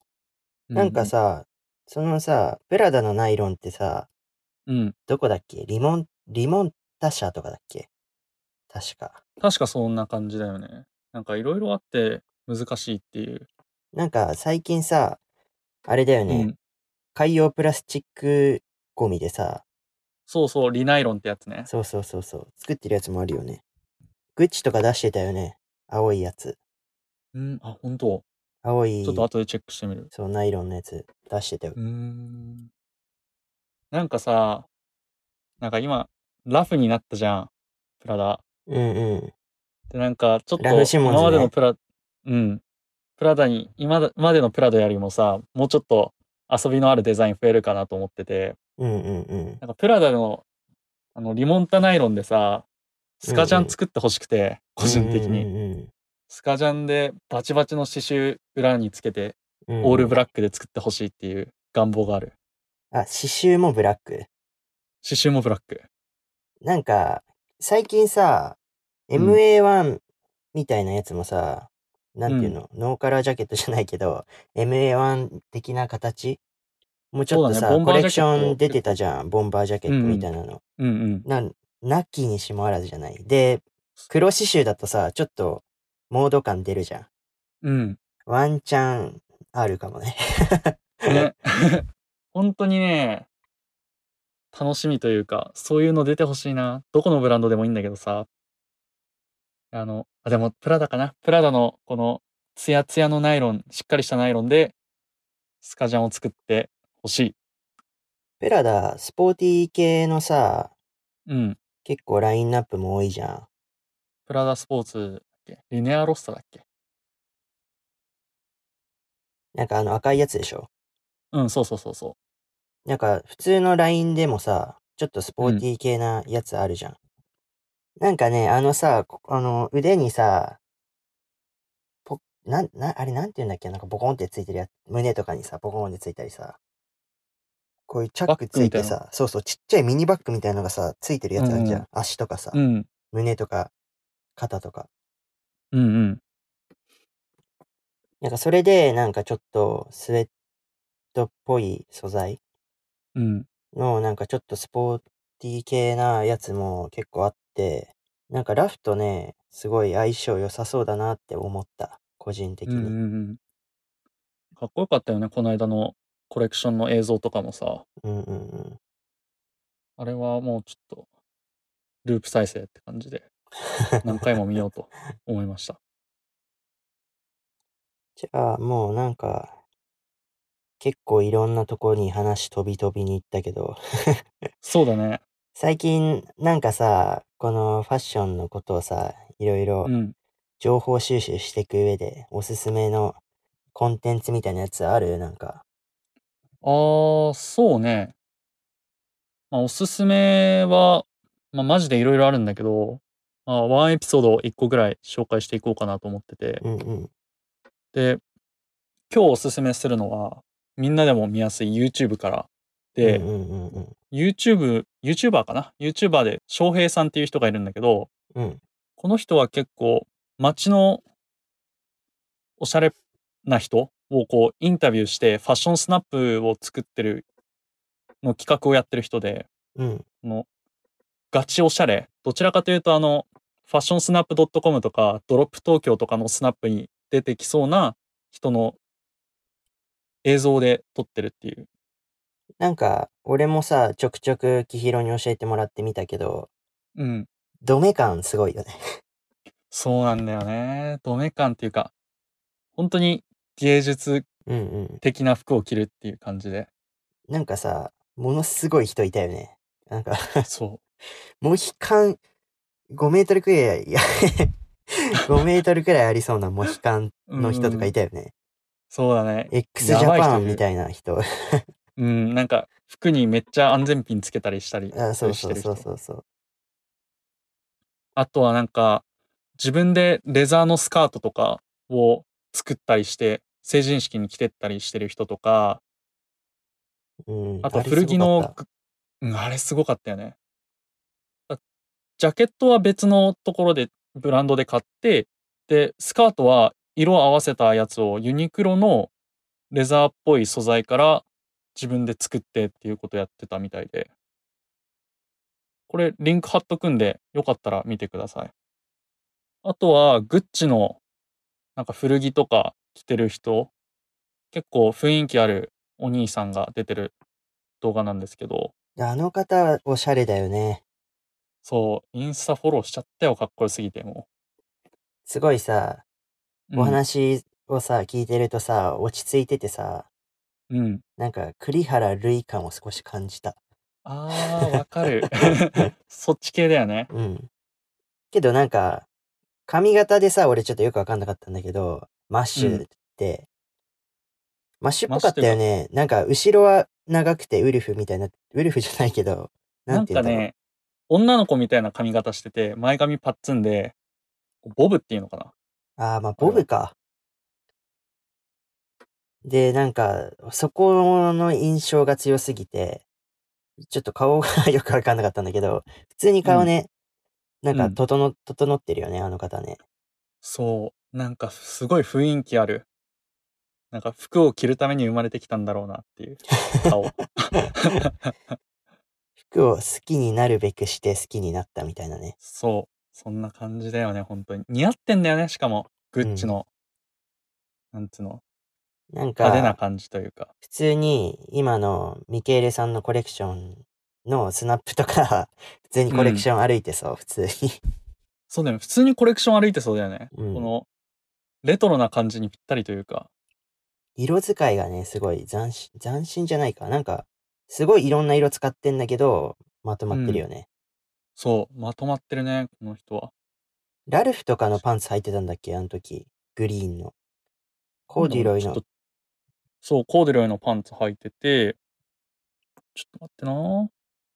なんかうんさ、そのさ、プラダのナイロンってさ、 うん。うん。 どこだっけリモン、リモンタ社とかだっけ確か。 確かそんな感じだよね。なんかいろいろあって難しいっていう。 なんか最近さ、あれだよね。 うん。 海洋プラスチックゴミでさ、 そうそう、リナイロンってやつね。 そうそうそうそう、作ってるやつもあるよね。グッチとか出してたよね。青いやつ。 うん、あ、本当。 青い、 ちょっと後でチェックしてみる。 そう、ナイロンのやつ出してたよ。 うーん。なんかさ、なんか今、ラフになったじゃん。プラダ。 うんうん。 で、なんか、ちょっラフシモンと今ズね。 までのプラ、うん。プラダに、今までのプラダよりもさ、もうちょっと遊びのあるデザイン増えるかなと思ってて、 うんうんうん。 なんかプラダの、あの、リモンタナイロンでさ、スカジャンうんうん。 作ってほしくて、個うんうん人的に。 うんスカジャンでバチバチの刺繍裏につけて、 うん。うんうん。 オールブラックで作ってほしいっていう願望がある。 あ、刺繍もブラック。 刺繍もブラック。 なんか、最近さ、 うん。 エムエーワン みたいなやつもさ、なうん。 んていうの、ノーカラージャケットじゃないけど、エムエーワン 的な形もうちょっそうだね。ボとさ、 ンバージャケッコレクション出てたト結構、 じゃん。ボンバージャケットみうんうん。 たいなの。 うんうん。 なん、なきにしもあらずじゃない。で、黒刺繍だとさ、ちょっと、モード感出るじゃん。 うん。 ワンチャン、あるかもね。 ね。本当にね、楽しみというか、そういうの出てほしいな。どこのブランドでもいいんだけどさ。あの、あ、でもプラダかな。プラダのこのツヤツヤのナイロン、しっかりしたナイロンでスカジャンを作ってほしい。 ペラダ、スポーティー系のさ、 うん。 結構ラインナップも多いじゃん。 プラダスポーツだっけ？リネアロッサだっけ？ なんかあの赤いやつでしょ。 うん、そうそうそうそなんか普通のラインでもさ、ちょっとスう。うん。 ポーティー系なやつあるじゃん。なんかね、あのさ、こあの腕にさ、ポなん、な、あれなんて言うんだっけなんかボコンってついてるやつ。胸とかにさ、ボコンってついたりさ。こういうチャッバックグみたいな。 ついてさ、そうそう、ちっちゃいミニバッグみたいなのがさ、ついてるやうんうん。 つあるじゃん。足とかさ、 うん。 胸とか、肩とか。 うんうん。 なんかそれで、なんかちょっとスウェットっぽい素材うん。 の、なんかちょっとスポーティー系なやつも結構あって、なんかラフとね、すごい相性良さそうだなって思った。個人うんうん的に。 うん。かっこよかったよね。この間のコレクションの映像とかもさ。 うんうんうん。 あれはもうちょっとループ再生って感じで何回も見ようと思いました。 じゃあもうなんか、結構いろんなとこに話飛び飛びに行ったけど、 そうだね。 最近なんかさ、このファッションのことをさ、いろいろうん。 情報収集していく上でおすすめのコンテンツみたいなやつある？なんか。 ああ、そうね。まあ、おすすめは、まあ、マジでいろいろあるんだけど、まあ、ワンエピソードいっこぐらい紹介していこうかなと思ってて。 うんうん。 で、今日おすすめするのは、みんなでも見やすい YouTube からで、 うんうんうんうん。 YouTube、YouTuber かな ?YouTuber で翔平さんっていう人がいるんだけど、 うん。 この人は結構街のおしゃれな人をこうインタビューしてファッションスナップを作ってるの企画をやってる人で、 うん。 このガチおしゃれ、どちらかというとあの、ファッションスナップ .com とかドロップ東京とかのスナップに出てきそうな人の映像で撮ってるっていう。 なんか、俺もさ、ちょくちょくキヒロに教えてもらってみたけど、 うん。 ドメ感すごいよね。 そうなんだよね。ドメ感っていうか、本当に芸術うんうん。 的な服を着るっていう感じで。 なんかさ、ものすごい人いたよね。なんかそモヒカンごメートルくらい、いやごメートルくらいありそうなモヒカンう。うの人とかいん。 たよね。 そうだね。 x ジやャばい人いる。 パンみたいな人。 うん。なんか服にめっちゃ安全ピンつけたりしたり、 あ、 したりそうそうそうしてる人。 そうそう。 あとはなんか、自分でレザーのスカートとかを作ったりして、成人式に着てったりしてる人とか、 うん、 あとあれす古着の、 ごかった。 うん、あれすごかったよね。ジャケットは別のところで、ブランドで買って、で、スカートは色合わせたやつをユニクロのレザーっぽい素材から自分で作ってっていうことやってたみたいで、これリンク貼っとくんで、よかったら見てください。あとは、グッチのなんか古着とか着てる人、結構雰囲気あるお兄さんが出てる動画なんですけど、 あの方はおしゃれだよね。 そう、インスタフォローしちゃったよ、かっこよすぎて、もすごいさ、 う。うおん、 話をさ、聞いてるとさ、落ち着いててさ、 うん。 なんか栗原類感を少し感じた。 あー、わかる。そっち系だよね。 うん。けどなんか、髪型でさ、俺ちょっとよくわかんなかったんだけど、マッシュうん。 って、マッシュっぽかっマッシュというか、 たよね。なんか、後ろは長くてウルフみたいな、ウルフじゃないけど、ななんて言うんだろんかね、女の子みたいな髪型してて、前髪パッツンで、ボブっていうのかなう。ああ、まあ、 あれは。 ボブか。で、なんか、そこの印象が強すぎて、ちょっと顔がよくわかんなかったんだけど、普通にうん、 顔ね、なんか、 うん。 整、整ってるよね、あの方ね。 そう。なんかすごい雰囲気ある。なんか服を着るために生まれてきたんだろうなっていう顔。 服を好きになるべくして好きになったみたいなね。 そう。そんな感じだよね、本当に。似合ってんだよね、しかも。グうん。 ッチの、なんつうの、 なんか、 派手な感じというか。 普通に今のミケーレさんのコレクションのスナップとか、普通にコレクうん。 ション歩いてそう、普通に。 そうだよね。普通にコレクション歩いてそうだよね。 うん。 この、レトロな感じにぴったりというか。 色使いがね、すごい斬新、斬新じゃないか。なんか、すごいいろんな色使ってんだけど、まとまってるうん。 よね。 そう。まとまってるね、この人は。 ラルフとかのパンツ履いてたんだっけあの時。グリーンの。コーなんだろう。 デュロイの。 ちょっと、そう、コーデュロイのパンツ履いてて、ちょっと待ってな。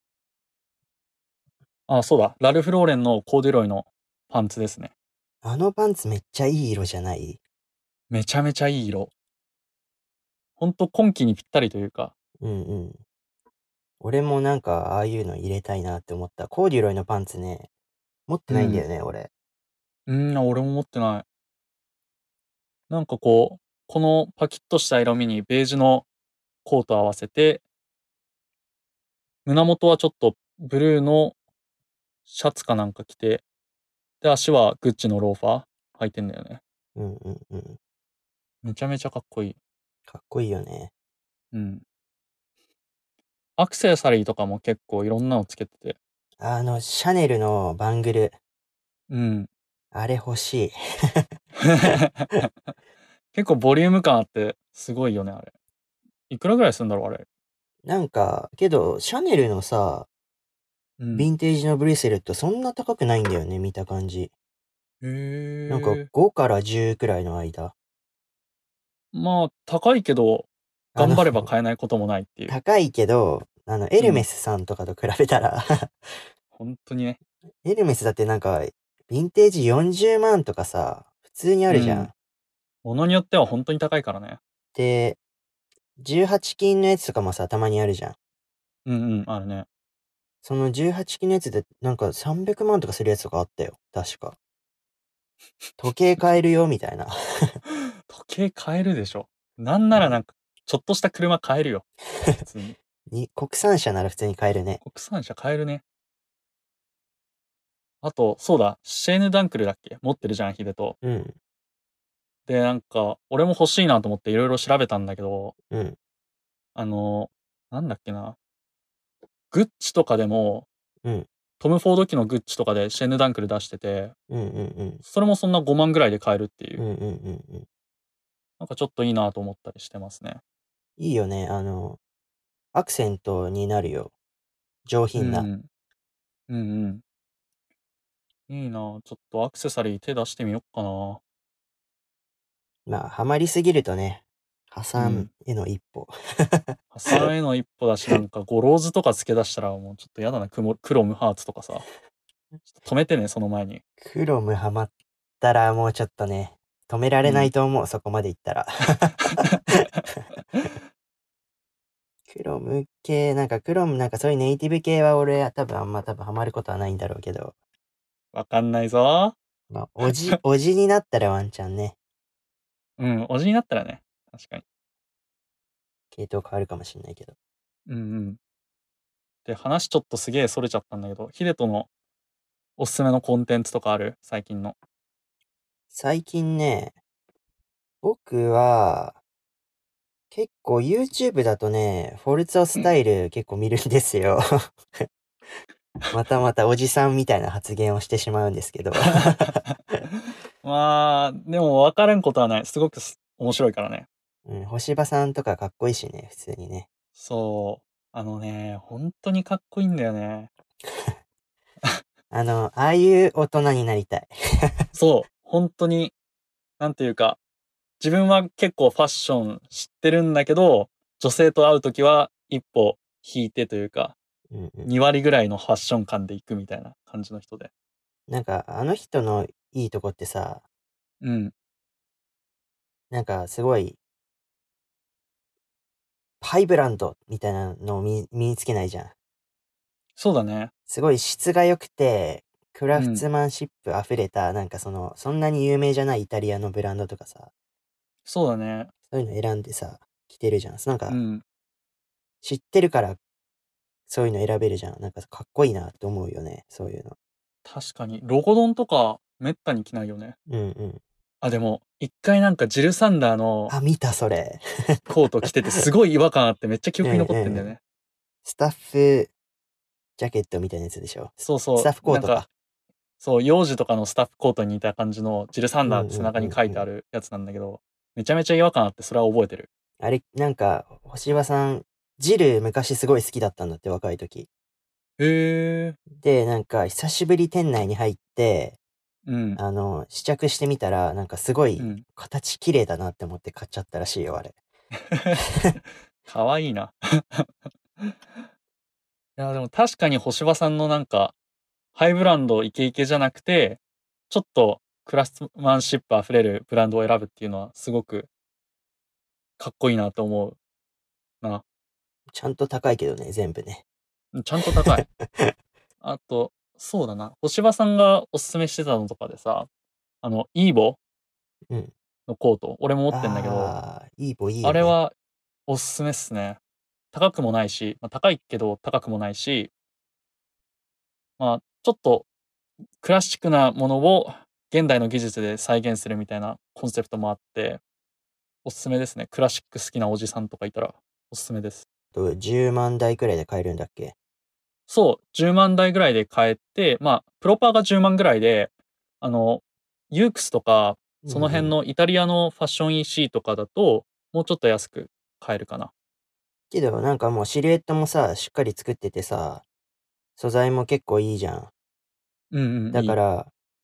あ、そうだ。ラルフローレンのコーデュロイのパンツですね。 あのパンツめっちゃいい色じゃない？ めちゃめちゃいい色。ほんと今季にぴったりというか。 うんうん。俺もなんか、ああいうの入れたいなって思った。コーデュロイのパンツね、持ってうん。 ないんだよね、俺。 うん、俺も持ってない。なんかこう、このパキッとした色味にベージュのコート合わせて、胸元はちょっとブルーのシャツかなんか着て、で、足はグッチのローファー履いてんだよね。 うんうんうん。 めちゃめちゃかっこいい。 かっこいいよね。 うん。アクセサリーとかも結構いろんなのつけてて。 あの、シャネルのバングル。 うん。 あれ欲しい。 結構ボリューム感あってすごいよね、あれ。いくらぐらいするんだろう、あれ。 なんか、けど、シャネルのさ、 うん。 ヴィンテージのブレスレットそんな高くないんだよね、見た感じ。 なんかへえ。 ごからじゅうくらいの間。 まあ、高いけど、 あの、 頑張れば買えないこともないっていう。 高いけど、あの、エうん。 ルメスさんとかと比べたらほんとにね。 エルメスだってなんか、ヴィンテージよんじゅうまんとかさ、普通にあうん。 るじゃん。 ものによってはほんとに高いからね。 で、じゅうはち金のやつとかもさ、たまにあるじゃん。 うんうん、あるね。 そのじゅうはち金のやつで、なんかさんびゃくまんとかするやつとかあったよ。確か。時計買えるよ、みたいな。 時計買えるでしょ。なんならなんか、ちょっとした車買えるよ。普通に。 に、国産車なら普通に買えるね。 国産車買えるね。あと、そうだ、シェーヌ・ダンクルだっけ持ってるじゃん、ヒデと。 うん、 で、なんか、俺も欲しいなと思っていろいろ調べたんだけど、 うん、 あの、なんだっけな。グッチとかでも、 うん、 トム・フォード機のグッチとかでシェーヌ・ダンクル出してて、 うん、うん、うん、 それもそんなごまんぐらいで買えるっていう。 うん、うん、うん、うん。 なんかちょっといいなと思ったりしてますね。 いいよね。あの、アクセントになるよ。上品な。 うん。うんうん。いいなちょっとアクセサリー手出してみよっかな。 まあ、ハマりすぎるとね、破産うん。 への一歩。 破産への一歩だし、なんかゴローズとか付け出したらもうちょっとやだな。クモクロムハーツとかさ。ちょっと止めてね、その前に。 クロムハマったらもうちょっとね、止められないうん。 と思う。そこまでいったら。クロム系、なんかクロムなんかそういうネイティブ系は俺多分あんま多分ハマることはないんだろうけど。 わかんないぞ。 まあ、おじ、おじになったらワンチャンね、 うん、おじになったらね。確かに。 系統変わるかもしんないけど。 うんうん。で、話ちょっとすげえそれちゃったんだけど、ヒデトのおすすめのコンテンツとかある最近の。 最近ね、僕は、結構 YouTube だとね、フォルツァスタイル結構見るんですよ。またまたおじさんみたいな発言をしてしまうんですけど。 まあ、でも分からんことはない。すごくす面白いからね。 うん、星葉さんとかかっこいいしね、普通にね。 そう。あのね、本当にかっこいいんだよね。 あの、ああいう大人になりたい。 そう。本当に、なんていうか、自分は結構ファッション知ってるんだけど、女性と会うときは一歩引いてというか、 うんうん。 に割ぐらいのファッション感で行くみたいな感じの人で。 なんか、あの人のいいとこってさ、 うん。 なんかすごい、ハイブランドみたいなのを身身につけないじゃん。 そうだね。 すごい質が良くて、クラフうん。 トマンシップ溢れた、なんかその、そんなに有名じゃないイタリアのブランドとかさ、 そうだね。 そういうの選んでさ、着てるじゃん。なんか、 うん。 知ってるからそういうの選べるじゃん。なんかかっこいいなって思うよね。そういうの。 確かに。ロゴドンとかめったに着ないよね。 うんうん。 あ、でも、一回なんかジルサンダーのあ、見た、それ。 コート着ててすごい違和感あってめっちゃ記憶にうん残ってんうん。 だよね。 スタッフジャケットみたいなやつでしょ。 そうそスタッフう。なんか、 コートか。 そう、幼児とかのスタッフコートに似た感じのジルサンダーって背うんうん中に書いてあうんうん。 るやつなんだけど、めちゃめちゃ違和感あってそれは覚えてる。 あれ、なんか、星葉さん、ジル昔すごい好きだったんだって、若い時。 へえ。 で、なんか、久しぶり店内に入って、 うん。 あの、試着してみたら、なんかすごい、 うん。 形綺麗だなって思って買っちゃったらしいよ、あれ。 かわいいな。いや、でも確かに星葉さんのなんか、ハイブランドイケイケじゃなくて、ちょっとクラフトマンシップ溢れるブランドを選ぶっていうのはすごくかっこいいなと思うな。 ちゃんと高いけどね、全部ね。 ちゃんと高い。あと、そうだな。星葉さんがおすすめしてたのとかでさ、あの、イーボうん。 のコート、俺も持ってんだけど、 あー、いいボいいよね。 あれはおすすめっすね。高くもないし、まあ、高いけど高くもないし、まあ、ちょっとクラシックなものを現代の技術で再現するみたいなコンセプトもあって、おすすめですね。クラシック好きなおじさんとかいたらおすすめです。 とじゅうまん台くらいで買えるんだっけ？ そう、じゅうまん台ぐらいで買えて、まあ、プロパーがじゅうまんぐらいで、あの、ユークスとか、その辺うんうん。 のイタリアのファッション イーシー とかだと、もうちょっと安く買えるかな。 けど、なんかもうシルエットもさ、しっかり作っててさ、素材も結構いいじゃん。 うんうん、いい。 だから、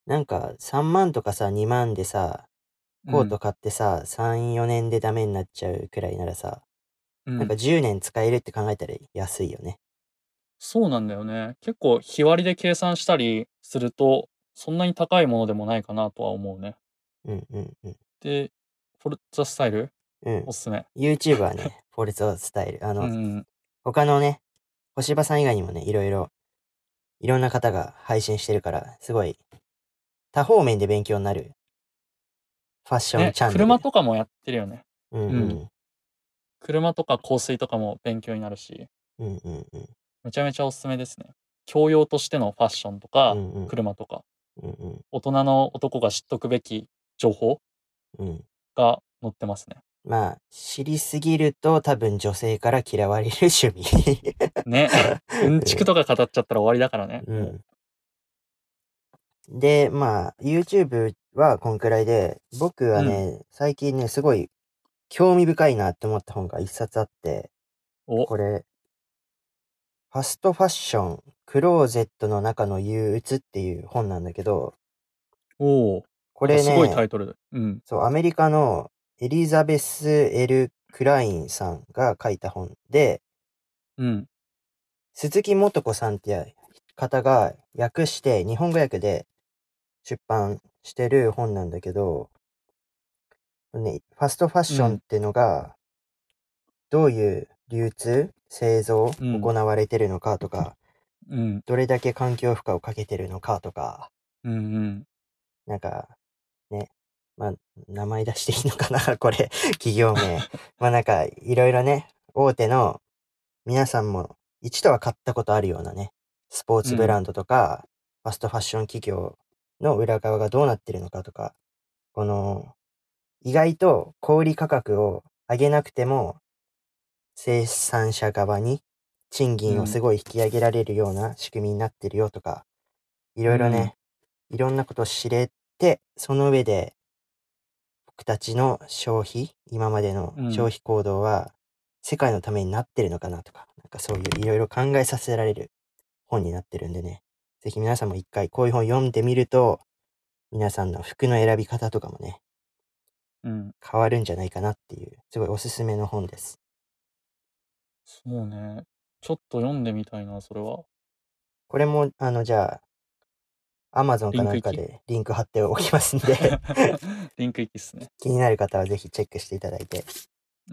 なんかさんまんとかさ、にまんでさ、コート買ってさ、うん、さん、よねんでダメになっちゃうくらいならさ、うん、なんかじゅうねん使えるって考えたら安いよね。 そうなんだよね。結構日割りで計算したりすると、そんなに高いものでもないかなとは思うね。 うんうんうん。 で、フォルツァスタイル、 うん。 おすすめ。 YouTube はね、フォルツァスタイル。あの、 うんうん、 他のね、星葉さん以外にもね、いろいろ、いろんな方が配信してるから、すごい、多方面で勉強になる、ファッションね、 チャンネル。 車とかもやってるよね。 うんうん。うん、 車とか香水とかも勉強になるし、 うんうんうん。 めちゃめちゃおすすめですね。教養としてのファッションとか、 うんうん。 車とか、 うんうん。 大人の男が知っとくべき情報うん。 が載ってますね。 まあ、知りすぎると多分女性から嫌われる趣味。 ね。うんちくとか語っちゃったら終わりだからね。 うん。 もうで、まあ、YouTube はこんくらいで、僕はね、 うん、 最近ね、すごい興味深いなって思った本が一冊あって、これ、ファストファッション、クローゼットの中の憂鬱っていう本なんだけど、 おお、 こなんかすごいタれね、 イトルで。うん。 そう、アメリカのエリザベス・エル・クラインさんが書いた本で、 うん。 鈴木素子さんって方が訳して日本語訳で出版してる本なんだけど、ね、ファストファッションっていうのがどういう流通、製造、 うん。 行われてるのかとか、 うん。 どれだけ環境負荷をかけてるのかとか、 うんうん。 なんかね、まあ、名前出していいのかなこれ、企業名。まあなんか、いろいろね、大手の皆さんも一度は買ったことあるようなね、スポーツブランドとか、ファストファッション企業の裏側がどうなってるのかとか、この、意外と小売価格を上げなくても、生産者側に賃金をすごい引き上げられるような仕組みになってるよとか、いろいろね、いろんなことを知れて、その上で、僕たちの消費、今までの消費行動は、世界のためになってるのかなとか、なんかそういういろいろ考えさせられる本になってるんでね。ぜひ皆さんも一回こういう本読んでみると、皆さんの服の選び方とかもね、 うん。 変わるんじゃないかなっていう、すごいおすすめの本です。 そうね。ちょっと読んでみたいな、それは。 これも、あの、じゃあ、Amazon かなんかリンク行きでリンク貼っておきますんでリンク行きっすね。 気になる方はぜひチェックしていただいて。 うん。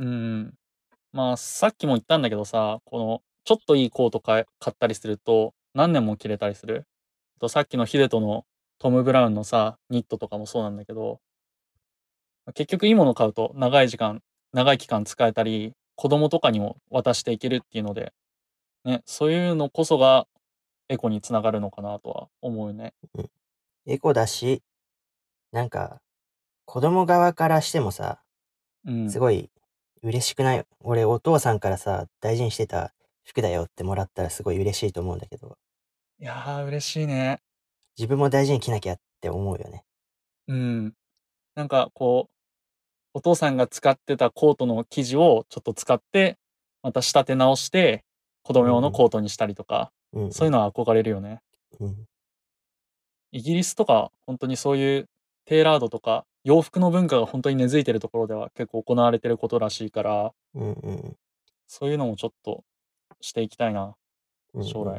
まあ、さっきも言ったんだけどさ、この、ちょっといいコート買買ったりすると、何年も着れたりする。とさっきのヒデトのトム・ブラウンのさ、ニットとかもそうなんだけど、結局いいもの買うと長い時間、長い期間使えたり、子供とかにも渡していけるっていうので、ね、そういうのこそがエコにつながるのかなとは思うね。 うん。エコだし、なんか、子供側からしてもさ、 うん。 すごい嬉しくない？俺お父さんからさ、大事にしてた服だよってもらったらすごい嬉しいと思うんだけど、 いやー、嬉しいね。 自分も大事に着なきゃって思うよね。 うん。なんかこう、お父さんが使ってたコートの生地をちょっと使って、また仕立て直して、子供用のうんうん。 コートにしたりとか、 うんそういうのは憧れるよね。 うん。 イギリスとか、本当にそういうテーラードとか、洋服の文化が本当に根付いてるところでは結構行われてることらしいから、 うんうん。 そういうのもちょっとしていきたいな、将来。 うんうん。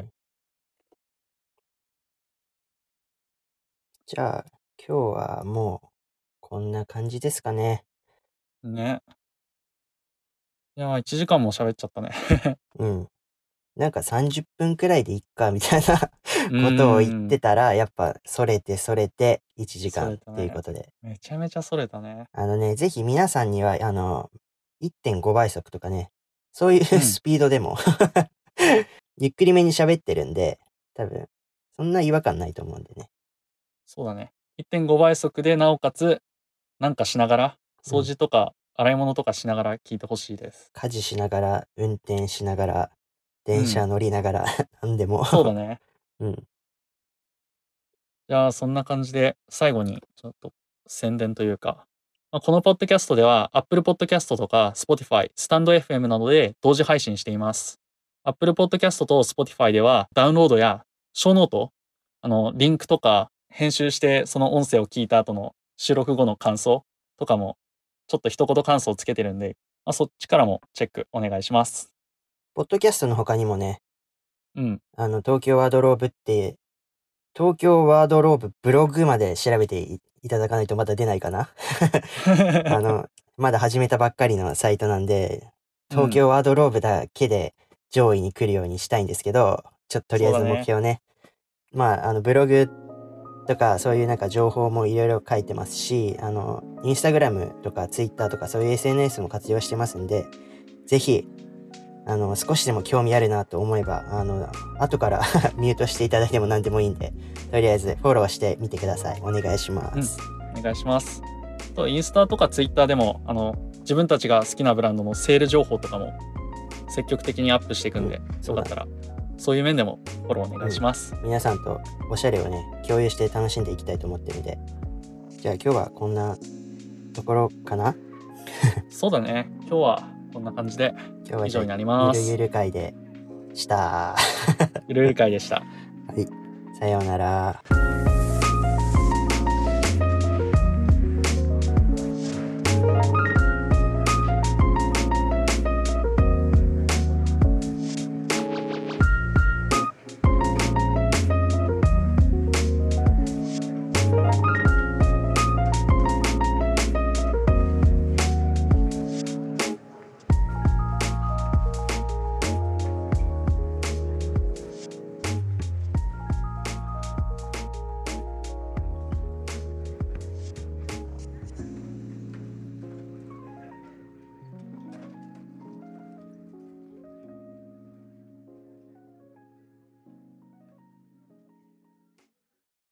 じゃあ、今日はもう、こんな感じですかね。 ね。いやー、いちじかんも喋っちゃったね。 うん。なんかさんじゅっぷんくらいでいっか、みたいなうーことを言ってん。 たら、やっぱ、それてそれて1時そ間っていうれたね。 ことで。 めちゃめちゃそれたね。 あのね、ぜひ皆さんには、あの、いってんごばい速とかね、そういううん。 スピードでもゆっくりめに喋ってるんで、多分、そんな違和感ないと思うんでね。 そうだね。いってんごばい速で、なおかつ、なんかしながら、掃うん。 除とか洗い物とかしながら聞いてほしいです。 家事しながら、運転しながら、 うん。 電車乗りながらなんでもそうだね。 うん。 じゃあ、そんな感じで、最後にちょっと宣伝というか、まあ、このポッドキャストでは、Apple Podcast とか Spotify、スタンド エフエム などで同時配信しています。Apple Podcast と Spotify では、ダウンロードやショーノート、あの、リンクとか編集してその音声を聞いた後の収録後の感想とかも、ちょっと一言感想をつけてるんで、まあ、そっちからもチェックお願いします。 ポッドキャストの他にもね、 うん。 あの、東京ワードローブって、東京ワードローブブログまで調べていいただかないとまだ出ないかなあの、まだ始めたばっかりのサイトなんで、東京ワードローブだけで上位に来るようにしたいんですけど、ちょっととりあえず目標ね。まあ、あの、ブログとかそういうなんか情報もいろいろ書いてますし、あの、インスタグラムとかツイッターとかそういう エスエヌエス も活用してますんで、ぜひ、あの、少しでも興味あるなと思えば、あの、後からミュートしていただいても何でもいいんで、とりあえずフォローしてみてください。お願いします。 うん、お願いします。と、インスタとかツイッターでも、あの、自分たちが好きなブランドのセール情報とかも積極的にアップしていくんで、うん、よかったら、そういう面でもフォローお願いします、 うん。皆さんとおしゃれをね、共有して楽しんでいきたいと思ってるんで、じゃあ今日はこんなところかなそうだね。今日はこんな感じで以上になります。 ゆるゆる会でした。 ゆるゆる会でした。はい。さようなら。